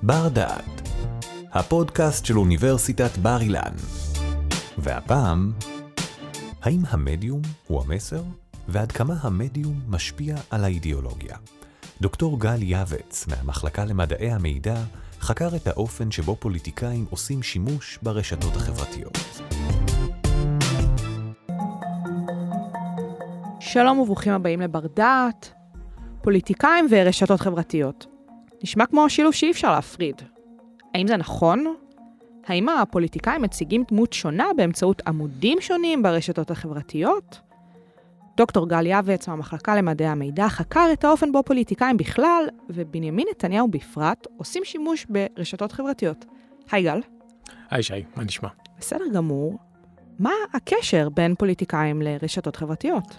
בר דעת, הפודקאסט של אוניברסיטת בר אילן. והפעם, האם המדיום הוא המסר? ועד כמה המדיום משפיע על האידיאולוגיה? דוקטור גל יעבץ מהמחלקה למדעי המידע חקר את האופן שבו פוליטיקאים עושים שימוש ברשתות החברתיות. שלום וברוכים הבאים לבר דעת, פוליטיקאים ורשתות חברתיות. נשמע כמו שילוב שאי אפשר להפריד. האם זה נכון? האם הפוליטיקאים מציגים דמות שונה באמצעות עמודים שונים ברשתות החברתיות? דוקטור גל יעבץ מהמחלקה למדעי המידע חקר את האופן בו פוליטיקאים בכלל ובנימין נתניהו בפרט עושים שימוש ברשתות חברתיות. היי גל. היי שי, מה נשמע? בסדר גמור. מה הקשר בין פוליטיקאים לרשתות חברתיות?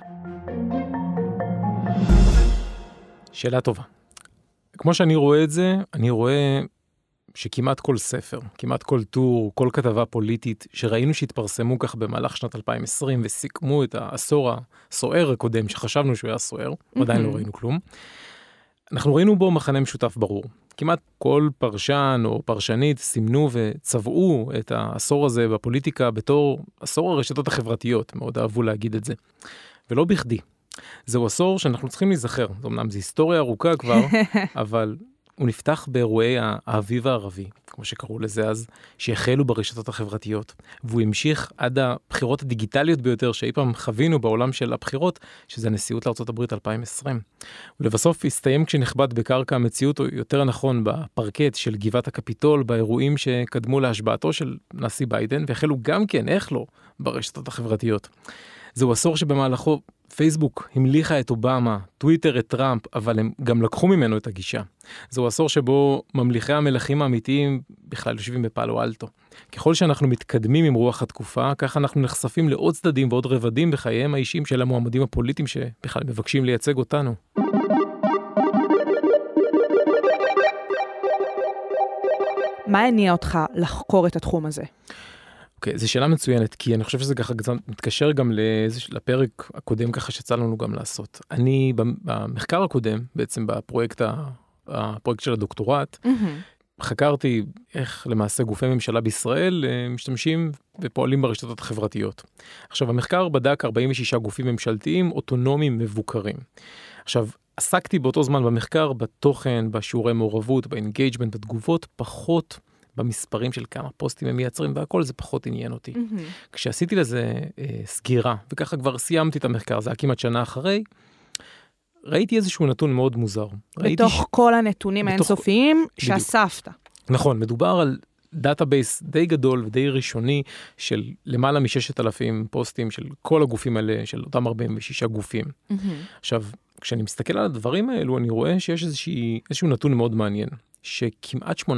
שאלה טובה. כמו שאני רואה את זה, אני רואה שכמעט כל ספר, כמעט כל טור, כל כתבה פוליטית שראינו שהתפרסמו כך במהלך שנת 2020 וסיכמו את העשור הסוער הקודם שחשבנו שהוא היה סוער, עדיין לא ראינו כלום. אנחנו ראינו בו מחנה משותף ברור. כמעט כל פרשן או פרשנית סימנו וצבעו את העשור הזה בפוליטיקה בתור עשור הרשתות החברתיות, מאוד אהבו להגיד את זה. ולא בכדי. זהו עשור שאנחנו צריכים להיזכר. זו אמנם זו היסטוריה ארוכה כבר, אבל הוא נפתח באירועי האביב הערבי, כמו שקראו לזה אז, שהחלו ברשתות החברתיות. והוא המשיך עד הבחירות הדיגיטליות ביותר שאי פעם חווינו בעולם של הבחירות, שזה הנשיאות לארצות הברית 2020. ולבסוף הסתיים כשנחבט בקרקע המציאות, או יותר נכון בפרקט של גבעת הקפיטול, באירועים שקדמו להשבעתו של נשיא ביידן, והחלו גם כן, איך לא, ברשתות החברתיות. זהו עשור שבמהלכו פייסבוק המליכה את אובמה, טוויטר את טראמפ, אבל הם גם לקחו ממנו את הגישה. זהו עשור שבו ממליכי המלכים האמיתיים בכלל יושבים בפאלו אלטו. ככל שאנחנו מתקדמים עם רוח התקופה, כך אנחנו נחשפים לעוד צדדים ועוד רבדים בחייהם האישיים של המועמדים הפוליטיים שבכלל מבקשים לייצג אותנו. מה הניע אותך לחקור את התחום הזה? אוקיי, זו שאלה מצוינת, כי אני חושב שזה ככה מתקשר גם לפרק הקודם ככה שצא לנו גם לעשות. אני במחקר הקודם, בעצם בפרויקט של הדוקטורט, חקרתי איך למעשה גופי ממשלה בישראל משתמשים ופועלים ברשתות החברתיות. עכשיו, המחקר בדק 46 גופים ממשלתיים אוטונומיים מבוקרים. עכשיו, עסקתי באותו זמן במחקר בתוכן, בשיעורי מעורבות, באנגייג'מנט, בתגובות, פחות במספרים של כמה פוסטים הם מייצרים, והכל זה פחות עניין אותי. כשעשיתי לזה סגירה, וככה כבר סיימתי את המחקר, זה היה כמעט שנה אחרי, ראיתי איזשהו נתון מאוד מוזר. בתוך כל הנתונים האינסופיים שאספת. נכון, מדובר על דאטאבייס די גדול ודי ראשוני של למעלה מ-6,000 פוסטים של כל הגופים האלה, של אותם 46 גופים. עכשיו, כשאני מסתכל על הדברים האלו, אני רואה שיש איזשהו נתון מאוד מעניין, שכמעט 18%,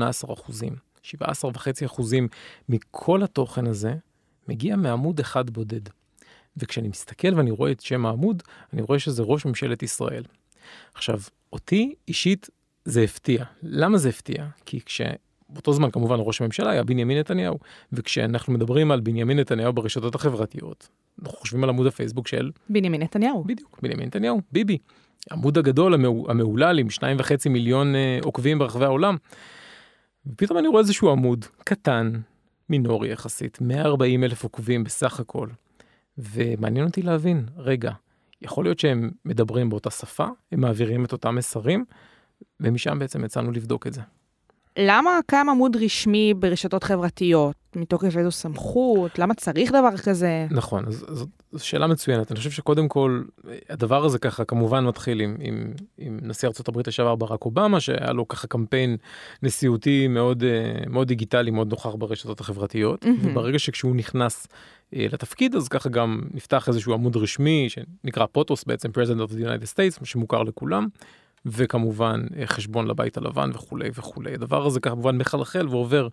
17.5% מכל התוכן הזה מגיע מעמוד אחד בודד. וכשאני מסתכל ואני רואה את שם העמוד, אני רואה שזה ראש ממשלת ישראל. עכשיו, אותי אישית זה הפתיע. למה זה הפתיע? כי באותו זמן כמובן ראש הממשלה היה בנימין נתניהו, וכשאנחנו מדברים על בנימין נתניהו ברשתות החברתיות, אנחנו חושבים על עמוד הפייסבוק של בנימין נתניהו. בדיוק, בנימין נתניהו, ביבי. עמוד הגדול, המעולל עם 2.5 מיליון עוקבים ברחבי העולם. ופתאום אני רואה איזשהו עמוד קטן, מינורי יחסית, 140,000 עוקבים בסך הכל. ומעניין אותי להבין, רגע, יכול להיות שהם מדברים באותה שפה, הם מעבירים את אותם מסרים, ומשם בעצם יצאנו לבדוק את זה. למה קיים עמוד רשמי ברשתות חברתיות? מתוקף איזו סמכות? למה צריך דבר כזה? נכון, זו שאלה מצוינת. אני חושב שקודם כל, הדבר הזה ככה כמובן מתחיל עם נשיא ארצות הברית לשעבר ברק אובמה, שהיה לו ככה קמפיין נשיאותי מאוד, מאוד דיגיטלי, מאוד נוכח ברשתות החברתיות, וברגע שכשהוא נכנס לתפקיד, אז ככה גם נפתח איזשהו עמוד רשמי, שנקרא פוטוס בעצם, President of the United States, שמוכר לכולם, וכמובן חשבון לבית הלבן וכולי וכולי. הדבר הזה כמובן מחלחל ועובר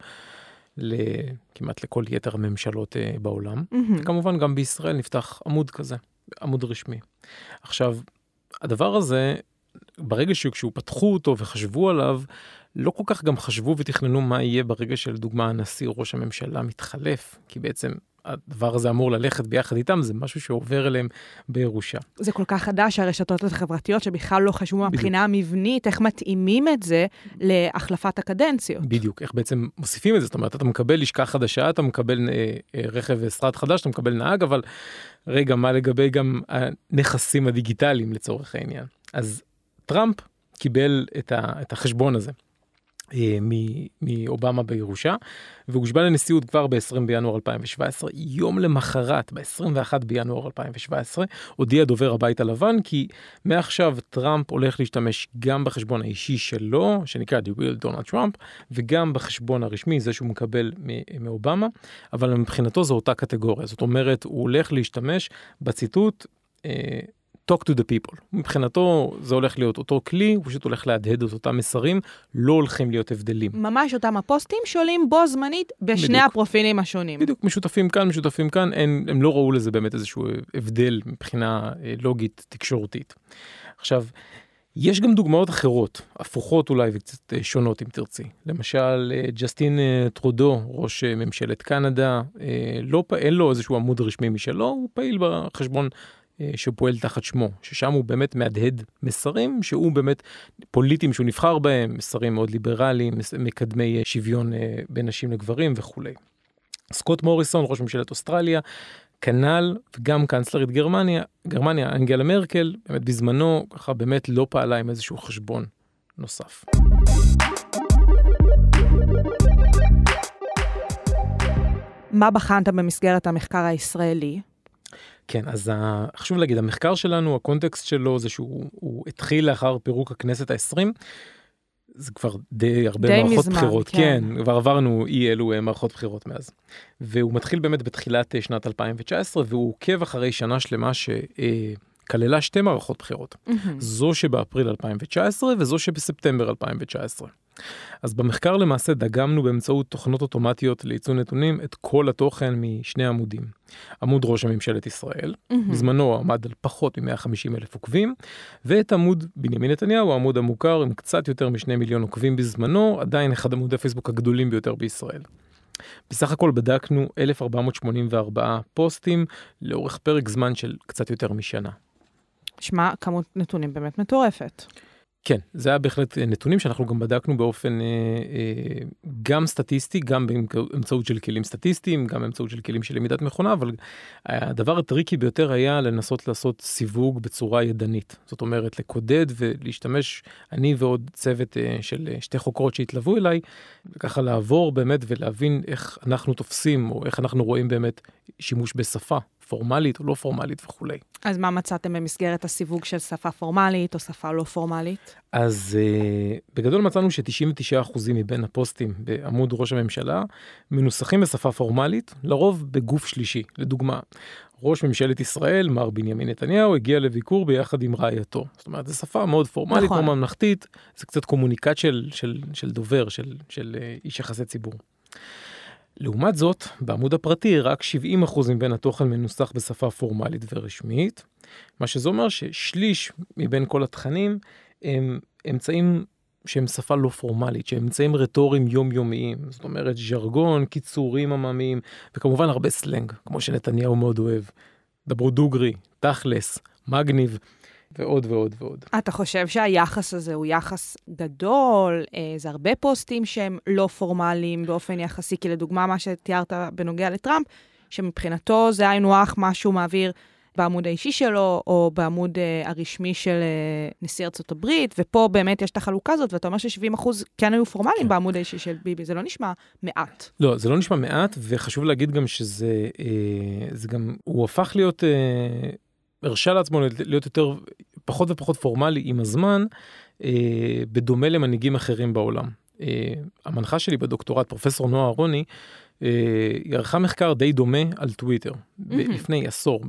כמעט לכל יתר הממשלות בעולם. וכמובן גם בישראל נפתח עמוד כזה, עמוד רשמי. עכשיו, הדבר הזה, ברגע שכשהוא פתחו אותו וחשבו עליו, לא כל כך גם חשבו ותכננו מה יהיה ברגע של דוגמה הנשיא או ראש הממשלה מתחלף, כי בעצם הדבר הזה אמור ללכת ביחד איתם, זה משהו שעובר אליהם בירושה. זה כל כך חדש, הרשתות החברתיות שבכלל לא חשבו מבחינה המבנית, איך מתאימים את זה להחלפת הקדנציות. בדיוק, איך בעצם מוסיפים את זה, זאת אומרת, אתה מקבל לשכה חדשה, אתה מקבל רכב ושרד חדש, אתה מקבל נהג, אבל רגע, מה לגבי גם הנכסים הדיגיטליים לצורך העניין? אז טראמפ קיבל את החשבון הזה מאובמה בירושה, והושבע לנשיאות כבר ב-20 בינואר 2017, יום למחרת, ב-21 בינואר 2017, הודיע דובר הבית הלבן, כי מעכשיו טראמפ הולך להשתמש גם בחשבון האישי שלו, שנקרא The Real Donald Trump, וגם בחשבון הרשמי, זה שהוא מקבל מאובמה, אבל מבחינתו זו אותה קטגוריה, זאת אומרת, הוא הולך להשתמש בציטוט, talk to the people. מבחינתו זה הולך להיות אותו כלי, הוא פשוט הולך להדהד את אותם מסרים, לא הולכים להיות הבדלים. ממש אותם הפוסטים שואלים בו זמנית בשני בדיוק. הפרופילים השונים. בדיוק, משותפים כאן, הם לא ראו לזה באמת איזשהו הבדל מבחינה לוגית תקשורתית. עכשיו, יש גם דוגמאות אחרות, הפוכות אולי וקצת שונות אם תרצי. למשל, ג'סטין טרודו, ראש ממשלת קנדה, אין לו איזשהו עמוד רשמי משלו, הוא פעיל בחשבון שפועל תחת שמו, ששם הוא באמת מהדהד מסרים, שהוא באמת פוליטיים שהוא נבחר בהם, מסרים מאוד ליברליים, מקדמי שוויון בין נשים לגברים וכו'. סקוט מוריסון, ראש ממשלת אוסטרליה, כנ"ל, וגם קאנצלרית גרמניה, אנגלה מרקל, באמת בזמנו, ככה באמת לא פעלה עם איזשהו חשבון נוסף. מה בחנת במסגרת המחקר הישראלי? כן, אז חשוב להגיד, המחקר שלנו, הקונטקסט שלו זה שהוא התחיל לאחר פירוק הכנסת ה-20, זה כבר די הרבה מערכות בחירות, כן, כבר עברנו אי אלו מערכות בחירות מאז. והוא מתחיל באמת בתחילת שנת 2019, והוא עוקב אחרי שנה שלמה שכללה שתי מערכות בחירות. זו שבאפריל 2019 וזו שבספטמבר 2019. אז במחקר למעשה דגמנו באמצעות תוכנות אוטומטיות לייצוא נתונים את כל התוכן משני עמודים. עמוד ראש הממשלת ישראל, בזמנו עמד על פחות מ-150,000 עוקבים, ואת עמוד בנימין נתניהו, העמוד המוכר עם קצת יותר מ2 מיליון עוקבים בזמנו, עדיין אחד עמודי פייסבוק הגדולים ביותר בישראל. בסך הכל בדקנו 1,484 פוסטים לאורך פרק זמן של קצת יותר משנה. שמע, כמות נתונים באמת מטורפת. כן, זה היה בהחלט נתונים שאנחנו גם בדקנו באופן גם סטטיסטי, גם באמצעות של כלים סטטיסטיים, גם באמצעות של כלים של למידת מכונה, אבל הדבר הטריקי ביותר היה לנסות לעשות סיווג בצורה ידנית. זאת אומרת, לקודד ולהשתמש, אני ועוד צוות של שתי חוקרות שהתלוו אליי, ככה לעבור באמת ולהבין איך אנחנו תופסים, או איך אנחנו רואים באמת שימוש בשפה. פורמלית או לא פורמלית וכו'. אז מה מצאתם במסגרת הסיווג של שפה פורמלית או שפה לא פורמלית? אז בגדול מצאנו ש99% מבין הפוסטים בעמוד ראש הממשלה מנוסחים בשפה פורמלית, לרוב בגוף שלישי. לדוגמה, ראש ממשלת ישראל, מר בנימין נתניהו, הגיע לביקור ביחד עם רעייתו. זאת אומרת, זו שפה מאוד פורמלית, מאוד ממלכתית, זה קצת קומוניקט של דובר, של איש יחסי ציבור. לעומת זאת, בעמוד הפרטי רק 70% מבין התוכן מנוסח בשפה פורמלית ורשמית, מה שזה אומר ששליש מבין כל התכנים הם אמצעים שהם שפה לא פורמלית, שהם אמצעים רטוריים יומיומיים, זאת אומרת ז'רגון, קיצורים עממיים, וכמובן הרבה סלנג, כמו שנתניהו מאוד אוהב, דברו דוגרי, תכלס, מגניב, ועוד ועוד ועוד. אתה חושב שהיחס הזה הוא יחס גדול? זה הרבה פוסטים שהם לא פורמליים באופן יחסי, כי לדוגמה מה שתיארת בנוגע לטראמפ, שמבחינתו זה היינו אח משהו מעביר בעמוד האישי שלו, או בעמוד הרשמי של נשיא ארצות הברית, ופה באמת יש את החלוקה הזאת, ואתה אומר ש70% כן היו פורמליים בעמוד האישי של ביבי, זה לא נשמע מעט. לא, זה לא נשמע מעט, וחשוב להגיד גם שזה, זה גם, הוא הפך להיות, הרשה לעצמו להיות יותר, פחות ופחות פורמלי עם הזמן, בדומה למנהיגים אחרים בעולם. המנחה שלי בדוקטורט, פרופסור נועה אהרוני, היא ערכה מחקר די דומה על טוויטר, לפני עשור,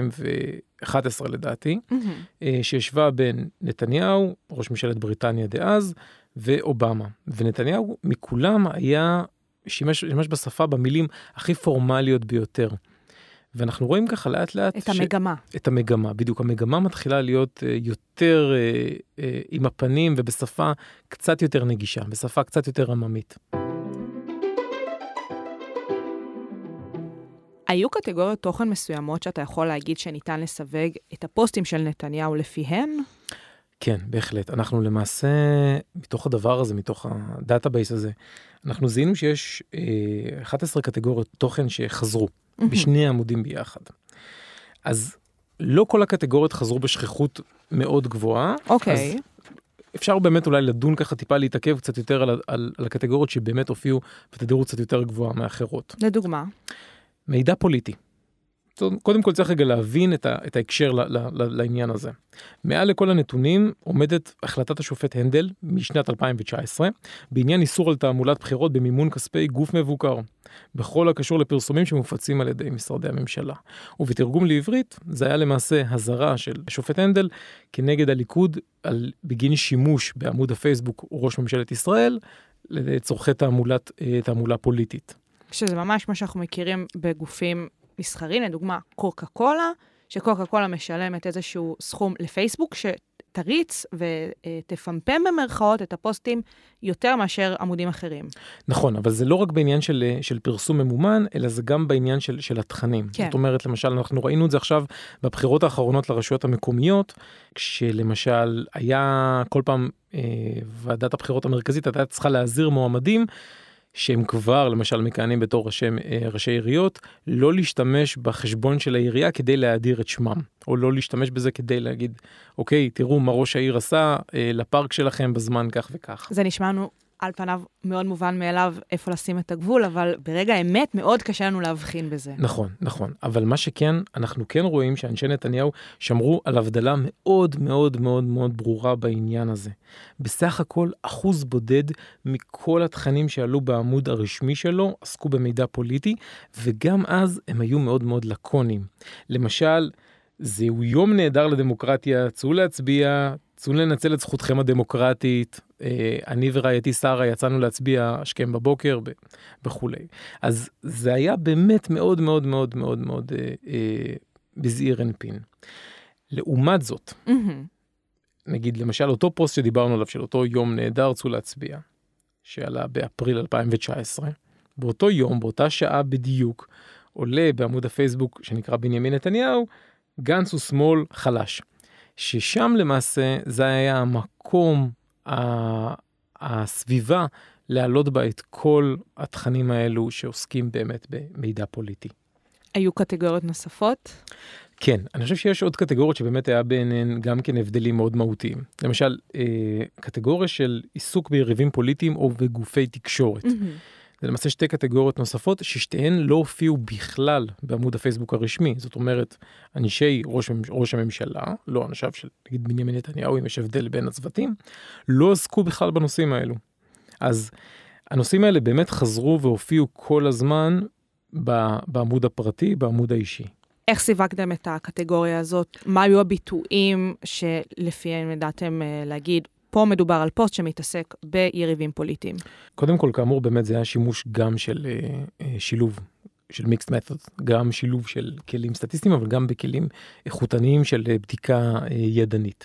ב-2011 לדעתי, שישבה בין נתניהו, ראש ממשלת בריטניה דאז, ואובמה. ונתניהו מכולם היה שימש בשפה במילים הכי פורמליות ביותר. ואנחנו רואים ככה לאט לאט... את המגמה. את המגמה, בדיוק. המגמה מתחילה להיות יותר עם הפנים ובשפה קצת יותר נגישה, בשפה קצת יותר עממית. היו קטגוריות תוכן מסוימות שאתה יכול להגיד שניתן לסווג את הפוסטים של נתניהו לפיהן? כן, בהחלט. אנחנו למעשה, מתוך הדבר הזה, מתוך הדאטאבייס הזה, אנחנו זיהינו שיש 11 קטגוריות תוכן שחזרו בשני עמודים ביחד. אז לא כל הקטגוריות חזרו בשכיחות מאוד גבוהה. אוקיי. אפשר באמת אולי לדון ככה טיפה להתעכב קצת יותר על הקטגוריות שבאמת הופיעו בתדירות קצת יותר גבוהה מאחרות. לדוגמה? מידע פוליטי. קודם כל צריך רגע להבין את ההקשר לעניין הזה. מעל לכל הנתונים עומדת החלטת השופט הנדל משנת 2019, בעניין איסור על תעמולת בחירות במימון כספי גוף מבוקר, בכל הקשור לפרסומים שמופצים על ידי משרדי הממשלה. ובתרגום לעברית, זה היה למעשה הזרה של השופט הנדל כנגד הליכוד בגין שימוש בעמוד הפייסבוק ראש ממשלת ישראל, לצורכי תעמולה פוליטית. שזה ממש מה שאנחנו מכירים בגופים מסחרים, לדוגמה קוקה קולה, שקוקה קולה משלמת איזשהו סכום לפייסבוק, שתריץ ותפמפם במרכאות את הפוסטים יותר מאשר עמודים אחרים. נכון, אבל זה לא רק בעניין של פרסום ממומן, אלא זה גם בעניין של התכנים. כן. זאת אומרת, למשל, אנחנו ראינו את זה עכשיו בבחירות האחרונות לרשויות המקומיות, כשלמשל היה כל פעם ועדת הבחירות המרכזית, הייתה צריכה להזהיר מועמדים, שהם כבר, למשל, מכהנים בתור ראשי עיריות, לא להשתמש בחשבון של העירייה כדי להאדיר את שמם, או לא להשתמש בזה כדי להגיד, אוקיי, תראו מה ראש העיר עשה לפארק שלכם בזמן כך וכך. זה נשמע לנו על פניו מאוד מובן מאליו איפה לשים את הגבול, אבל ברגע האמת מאוד קשה לנו להבחין בזה. נכון, נכון. אבל מה שכן, אנחנו כן רואים שאנשי נתניהו שמרו על הבדלה מאוד מאוד מאוד מאוד ברורה בעניין הזה. בסך הכל, אחוז בודד מכל התכנים שעלו בעמוד הרשמי שלו, עסקו במידע פוליטי, וגם אז הם היו מאוד מאוד לקונים. למשל, זהו יום נהדר לדמוקרטיה, צאו להצביע, צאו לנצל את זכותכם הדמוקרטית, אני ורעייתי שרה יצאנו להצביע השכם בבוקר וכו'. אז זה היה באמת מאוד מאוד מאוד מאוד מאוד בזעיר אנפין. לעומת זאת, נגיד למשל אותו פוסט שדיברנו עליו, של אותו יום נהדר צאו להצביע, שעלה באפריל 2019, באותו יום, באותה שעה בדיוק, עולה בעמוד הפייסבוק שנקרא בנימין נתניהו, גנץ הוא שמאל חלש. ששם למעשה זה היה המקום, הסביבה, להעלות בה את כל התכנים האלו שעוסקים באמת במידע פוליטי. היו קטגוריות נוספות? כן, אני חושב שיש עוד קטגוריות שבאמת היה ביניהן גם כן הבדלים מאוד מהותיים. למשל, קטגוריה של עיסוק ביריבים פוליטיים או בגופי תקשורת. זה למעשה שתי קטגוריות נוספות ששתיהן לא הופיעו בכלל בעמוד הפייסבוק הרשמי. זאת אומרת, אנשי ראש הממשלה, לא אנשיו של נגיד בנימין נתניהו, אם יש הבדל בין הצוותים, לא עסקו בכלל בנושאים האלו. אז הנושאים האלה באמת חזרו והופיעו כל הזמן בעמוד הפרטי, בעמוד האישי. איך סיווגתם את הקטגוריה הזאת? מה היו הביטויים שלפיהם ידעתם להגיד, פה מדובר על פוסט שמתעסק ביריבים פוליטיים? קודם כל, כאמור, באמת זה היה שימוש גם של שילוב, של mixed methods, גם שילוב של כלים סטטיסטיים, אבל גם בכלים איכותניים של בדיקה ידנית.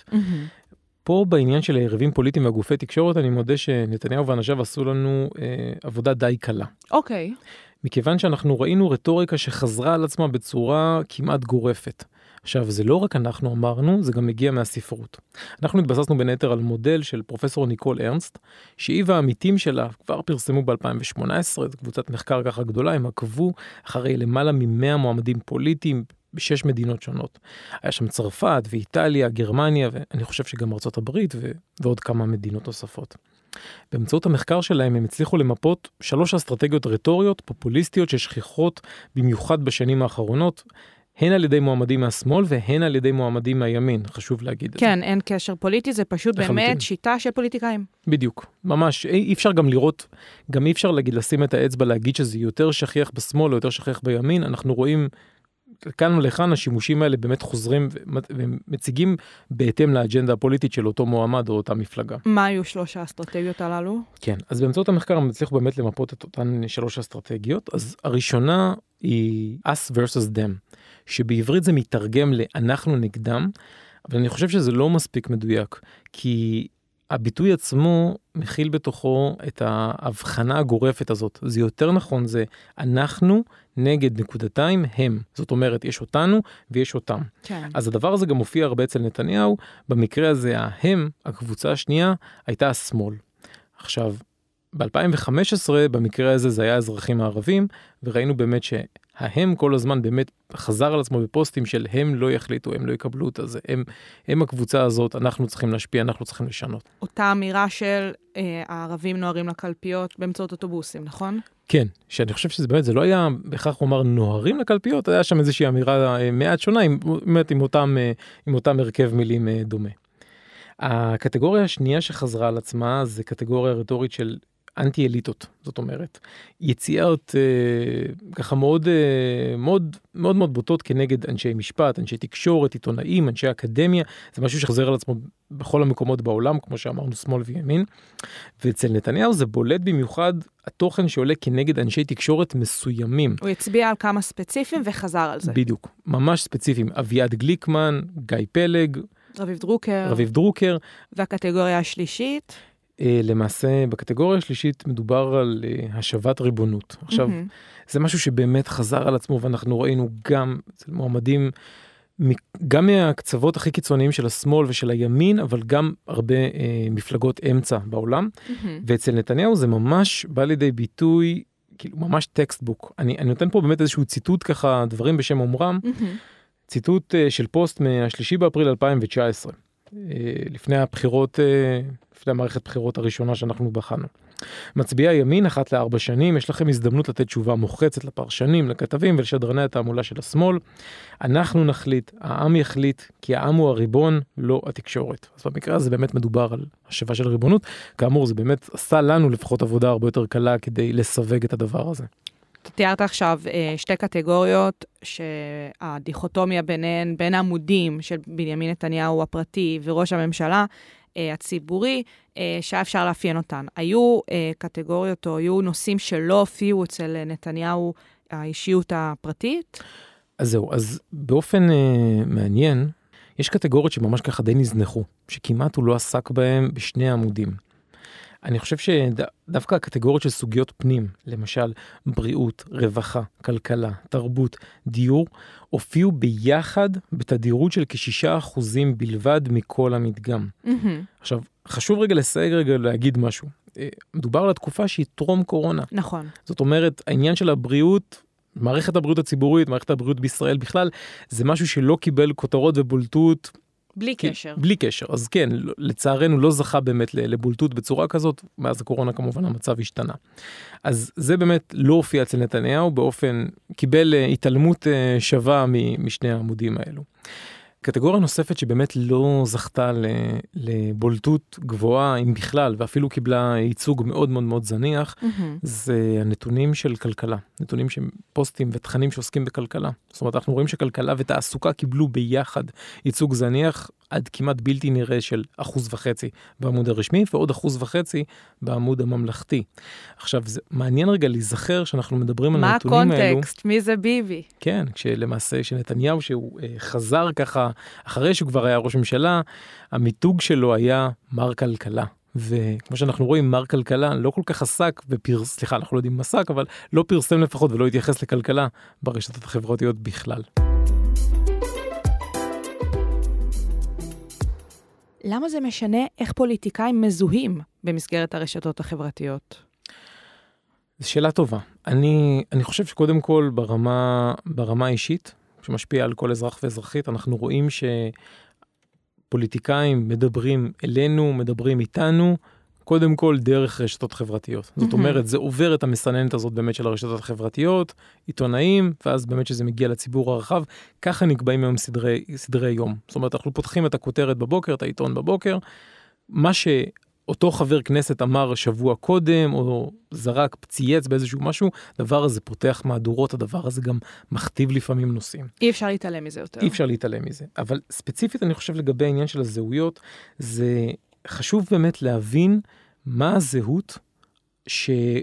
פה בעניין של היריבים פוליטיים והגופי תקשורת, אני מודה שנתניהו ואנשיו עשו לנו עבודה די קלה. אוקיי. מכיוון שאנחנו ראינו רטוריקה שחזרה על עצמה בצורה כמעט גורפת. עכשיו, זה לא רק אנחנו אמרנו, זה גם מגיע מהספרות. אנחנו התבססנו בין היתר על מודל של פרופסור ניקול ארנסט, שהיא והעמיתים שלה כבר פרסמו ב-2018, זו קבוצת מחקר ככה גדולה, הם עקבו אחרי למעלה מ-100 מועמדים פוליטיים ב6 מדינות שונות. היה שם צרפת ואיטליה, גרמניה, ואני חושב שגם ארצות הברית ועוד כמה מדינות נוספות. באמצעות המחקר שלהם הם הצליחו למפות 3 אסטרטגיות רטוריות פופוליסטיות ששכיחות במיוחד בשנים האחרונות, הן על ידי מועמדים מהשמאל והן על ידי מועמדים מהימין, חשוב להגיד את זה. כן, אין קשר פוליטי, זה פשוט באמת שיטה של פוליטיקאים. בדיוק, ממש, אי אפשר גם לראות, גם אי אפשר לשים את האצבע להגיד שזה יותר שכיח בשמאל או יותר שכיח בימין, אנחנו רואים כאן ולכאן השימושים האלה באמת חוזרים ומציגים בהתאם לאג'נדה הפוליטית של אותו מועמד או אותה מפלגה. מה היו 3 האסטרטגיות הללו? כן, אז באמצעות המחקר הם הצליחו באמת למפות את אותן 3 אסטרטגיות. אז הראשונה היא us versus them, שבעברית זה מתרגם לאנחנו נגדם, אבל אני חושב שזה לא מספיק מדויק, כי הביטוי עצמו מכיל בתוכו את ההבחנה הגורפת הזאת. זה יותר נכון, זה אנחנו נגד נקודתיים הם. זאת אומרת, יש אותנו ויש אותם. כן. אז הדבר הזה גם מופיע הרבה אצל נתניהו. במקרה הזה, ההם, הקבוצה השנייה, הייתה השמאל. עכשיו, ב-2015, במקרה הזה זה היה האזרחים הערבים, וראינו באמת שההם כל הזמן באמת חזר על עצמו בפוסטים של הם לא יחליטו, הם לא יקבלו את זה, הם הקבוצה הזאת, אנחנו צריכים להשפיע, אנחנו צריכים לשנות. אותה אמירה של הערבים נוהרים לקלפיות באמצעות אוטובוסים, נכון? כן, שאני חושב שזה באמת, זה לא היה בהכרח אומר נוהרים לקלפיות, היה שם איזושהי אמירה מעט שונה, באמת עם אותם הרכב מילים דומה. הקטגוריה השנייה שחזרה על עצמה, זה קטגוריה רטורית של אנטי-אליטות, זאת אומרת, יציאות ככה מאוד מאוד בוטות כנגד אנשי משפט, אנשי תקשורת, עיתונאים, אנשי אקדמיה, זה משהו שחוזר על עצמו בכל המקומות בעולם, כמו שאמרנו, שמאל וימין, ואצל נתניהו זה בולט במיוחד התוכן שעולה כנגד אנשי תקשורת מסוימים. הוא הצביע על כמה ספציפיים וחזר על זה. בדיוק, ממש ספציפיים, אביעד גליקמן, גיא פלג, רביב דרוקר. והקטגוריה השלישית? למעשה, בקטגוריה השלישית מדובר על השבת ריבונות. עכשיו, זה משהו שבאמת חזר על עצמו, ואנחנו ראינו גם אצל מועמדים, גם מהקצוות הכי קיצוניים של השמאל ושל הימין, אבל גם הרבה מפלגות אמצע בעולם. ואצל נתניהו זה ממש בא לידי ביטוי, כאילו ממש טקסטבוק. אני נותן פה באמת איזשהו ציטוט ככה, דברים בשם אומרם, ציטוט של פוסט מה-3 באפריל 2019, לפני הבחירות, לפני המערכת בחירות הראשונה שאנחנו בחנו. מצביעי הימין, 1 ל4 שנים, יש לכם הזדמנות לתת תשובה מוחצת לפרשנים, לכתבים ולשדרני התעמולה של השמאל. אנחנו נחליט, העם יחליט, כי העם הוא הריבון, לא התקשורת. אז במקרה הזה באמת מדובר על השבה של ריבונות. כאמור, זה באמת עשה לנו לפחות עבודה הרבה יותר קלה כדי לסווג את הדבר הזה. תיארת עכשיו 2 קטגוריות שהדיכוטומיה ביניהן, בין העמודים של בנימין נתניהו הפרטי וראש הממשלה הציבורי, שהיה אפשר לאפיין אותן. היו קטגוריות או היו נושאים שלא הופיעו אצל נתניהו האישיות הפרטית? אז זהו, אז באופן מעניין, יש קטגוריות שממש ככה די נזנחו, שכמעט הוא לא עסק בהם בשני העמודים. אני חושב שדווקא הקטגוריות של סוגיות פנים, למשל בריאות, רווחה, כלכלה, תרבות, דיור, הופיעו ביחד בתדירות של כ6% בלבד מכל המדגם. עכשיו, חשוב רגע לסייג רגע להגיד משהו. מדובר על התקופה שהיא טרום קורונה. נכון. זאת אומרת, העניין של הבריאות, מערכת הבריאות הציבורית, מערכת הבריאות בישראל בכלל, זה משהו שלא קיבל כותרות ובולטות, בלי קשר. בלי קשר. אז כן, לצערנו לא זכה באמת לבולטות בצורה כזאת, מאז הקורונה כמובן המצב השתנה. אז זה באמת לא הופיע אצל נתניהו, באופן, קיבל התעלמות שווה משני העמודים האלו. קטגוריה נוספת שבאמת לא זכתה לבולטות גבוהה, אם בכלל, ואפילו קיבלה ייצוג מאוד מאוד מאוד זניח, זה הנתונים של כלכלה. נתונים שהם פוסטים ותכנים שעוסקים בכלכלה. זאת אומרת, אנחנו רואים שכלכלה ותעסוקה קיבלו ביחד ייצוג זניח, עד כמעט בלתי נראה של 1.5% בעמוד הרשמי, ועוד 1.5% בעמוד הממלכתי. עכשיו, זה מעניין רגע להיזכר שאנחנו מדברים על הנתונים האלו. מה הקונטקסט? מי זה ביבי? כן, כשלמעשה, שנתניהו, שהוא חזר ככה, אחרי שהוא כבר היה ראש ממשלה, המיתוג שלו היה מר כלכלה. וכמו שאנחנו רואים, מר כלכלה לא כל כך עסק, סליחה, אנחנו לא יודעים אם עסק, אבל לא פרסם לפחות ולא התייחס לכלכלה ברשתות החברתיות בכלל. למה זה משנה איך פוליטיקאים מזוהים במסגרת הרשתות החברתיות? זו שאלה טובה. אני חושב שקודם כל ברמה האישית, שמשפיע על כל אזרח ואזרחית, אנחנו רואים שפוליטיקאים מדברים אלינו, מדברים איתנו, קודם כל דרך רשתות חברתיות. זאת אומרת, זה עובר את המסננת הזאת באמת של הרשתות החברתיות, עיתונאים, ואז באמת שזה מגיע לציבור הרחב, ככה נקבעים היום סדרי יום. זאת אומרת, אנחנו פותחים את הכותרת בבוקר, את העיתון בבוקר, מה שאותו חבר כנסת אמר שבוע קודם, או זרק, צייץ באיזשהו משהו, הדבר הזה פותח מהדורות, הדבר הזה גם מכתיב לפעמים נושאים. אי אפשר להתעלם מזה יותר. אי אפשר להתעלם מזה. אבל ספציפית אני חושב לגבי העניין של הזהויות, זה חשוב באמת להבין מה הזהות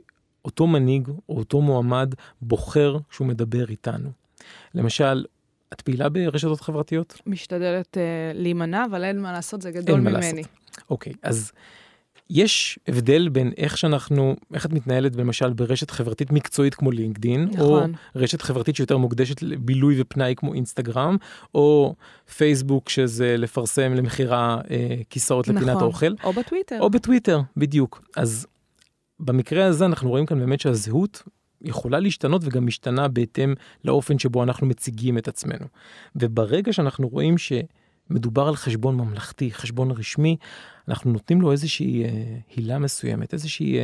שאותו מנהיג או אותו מועמד בוחר שהוא מדבר איתנו. למשל, את פעילה ברשתות חברתיות? משתדלת להימנע, אבל אין מה לעשות, זה גדול ממני. אוקיי, אז יש הבדל בין איך את מתנהלת למשל ברשת חברתית מקצועית כמו לינקדין, נכון. או רשת חברתית שיותר מוקדשת לבילוי ופנאי כמו אינסטגרם, או פייסבוק שזה לפרסם למחירה כיסאות לפינת האוכל. או בטוויטר. או בטוויטר, בדיוק. אז במקרה הזה אנחנו רואים כאן באמת שהזהות יכולה להשתנות וגם משתנה בהתאם לאופן שבו אנחנו מציגים את עצמנו. וברגע שאנחנו רואים שמדובר על חשבון ממלכתי, חשבון רשמי, אנחנו נותנים לו איזושהי הילה מסוימת, איזושהי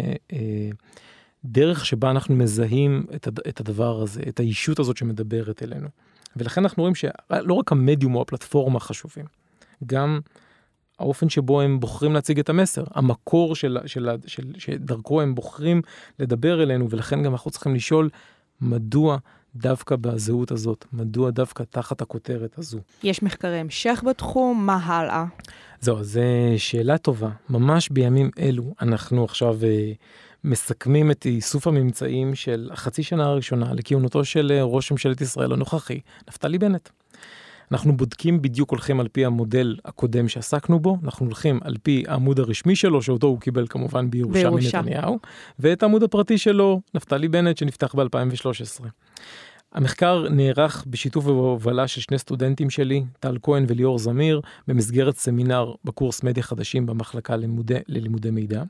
דרך שבה אנחנו מזהים את הדבר הזה, את האישות הזאת שמדברת אלינו. ולכן אנחנו רואים שלא רק המדיום או הפלטפורמה חשובים, גם האופן שבו הם בוחרים להציג את המסר, המקור שדרכו הם בוחרים לדבר אלינו, ולכן גם אנחנו צריכים לשאול מדוע דווקא בזהות הזאת, מדוע דווקא תחת הכותרת הזו. יש מחקרי המשך בתחום, מה הלאה? זהו, זו שאלה טובה. ממש בימים אלו אנחנו עכשיו מסכמים את איסוף הממצאים של החצי שנה הראשונה לכהונתו של ראש ממשלת ישראל הנוכחי, נפתלי בנט. אנחנו בודקים בדיוק, הולכים על פי המודל הקודם שעסקנו בו, אנחנו הולכים על פי העמוד הרשמי שלו, שאותו הוא קיבל כמובן בירושה מנתניהו, ואת העמוד הפרטי שלו, נפתלי בנט, שנפתח ב-2013. המחקר נערך בשיתוף ובהובלה של שני סטודנטים שלי, טל כהן וליאור זמיר, במסגרת סמינר בקורס מדיה חדשים במחלקה ללימודי מידע,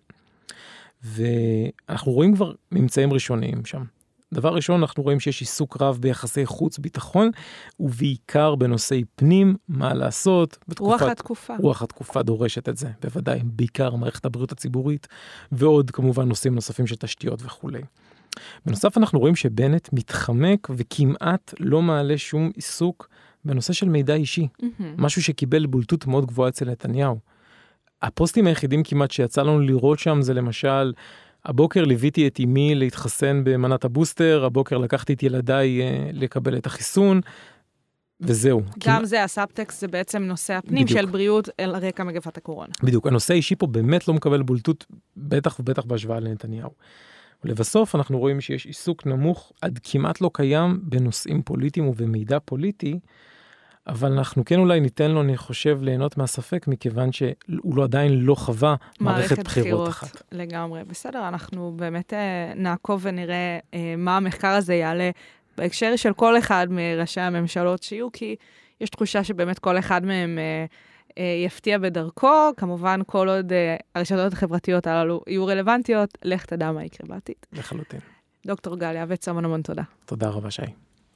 ואנחנו רואים כבר ממצאים ראשוניים שם. דבר ראשון, אנחנו רואים שיש עיסוק רב ביחסי חוץ ביטחון, ובעיקר בנושאי פנים, מה לעשות. רוח התקופה דורשת את זה, בוודאי, בעיקר מערכת הבריאות הציבורית, ועוד כמובן נושאים נוספים של תשתיות וכו'. בנוסף, אנחנו רואים שבנט מתחמק וכמעט לא מעלה שום עיסוק בנושא של מידע אישי, משהו שקיבל בולטות מאוד גבוהה אצל נתניהו. הפוסטים היחידים כמעט שיצא לנו לראות שם זה למשל, הבוקר ליוויתי את אמי להתחסן במנת הבוסטר, הבוקר לקחתי את ילדיי לקבל את החיסון, וזהו. גם זה, הסאבטקסט זה בעצם נושא הפנים של בריאות אל רקע מגפת הקורונה. בדיוק, הנושא האישי פה באמת לא מקבל בולטות, בטח ובטח בהשוואה לנתניהו. ולבסוף אנחנו רואים שיש עיסוק נמוך עד כמעט לא קיים בנושאים פוליטיים ובמידע פוליטי, אבל אנחנו כן אולי ניתן לו, אני חושב, ליהנות מהספק, מכיוון שהוא לא עדיין לא חווה מערכת בחירות אחת. לגמרי. בסדר, אנחנו באמת נעקוב ונראה מה המחקר הזה יעלה בהקשר של כל אחד מראשי הממשלות שיהיו, כי יש תחושה שבאמת כל אחד מהם יפתיע בדרכו, כמובן כל עוד הרשתות החברתיות הללו יהיו רלוונטיות, לך תדע מה יקרה בעתיד. לחלוטין. דוקטור גליה וצמון, המון תודה. תודה רבה, שי.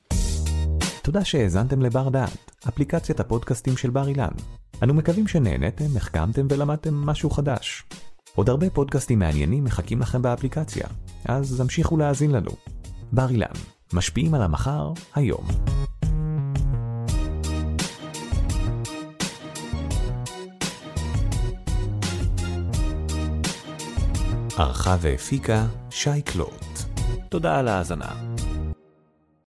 תודה שהאזנתם לבר דעת, אפליקציית הפודקאסטים של בר אילן. אנו מקווים שנהנתם, החכמתם ולמדתם משהו חדש. עוד הרבה פודקאסטים מעניינים מחכים לכם באפליקציה, אז המשיכו להאזין לנו. בר אילן, משפיעים על המחר, היום. ערכה והפיקה שי קלוט. תודה על ההאזנה.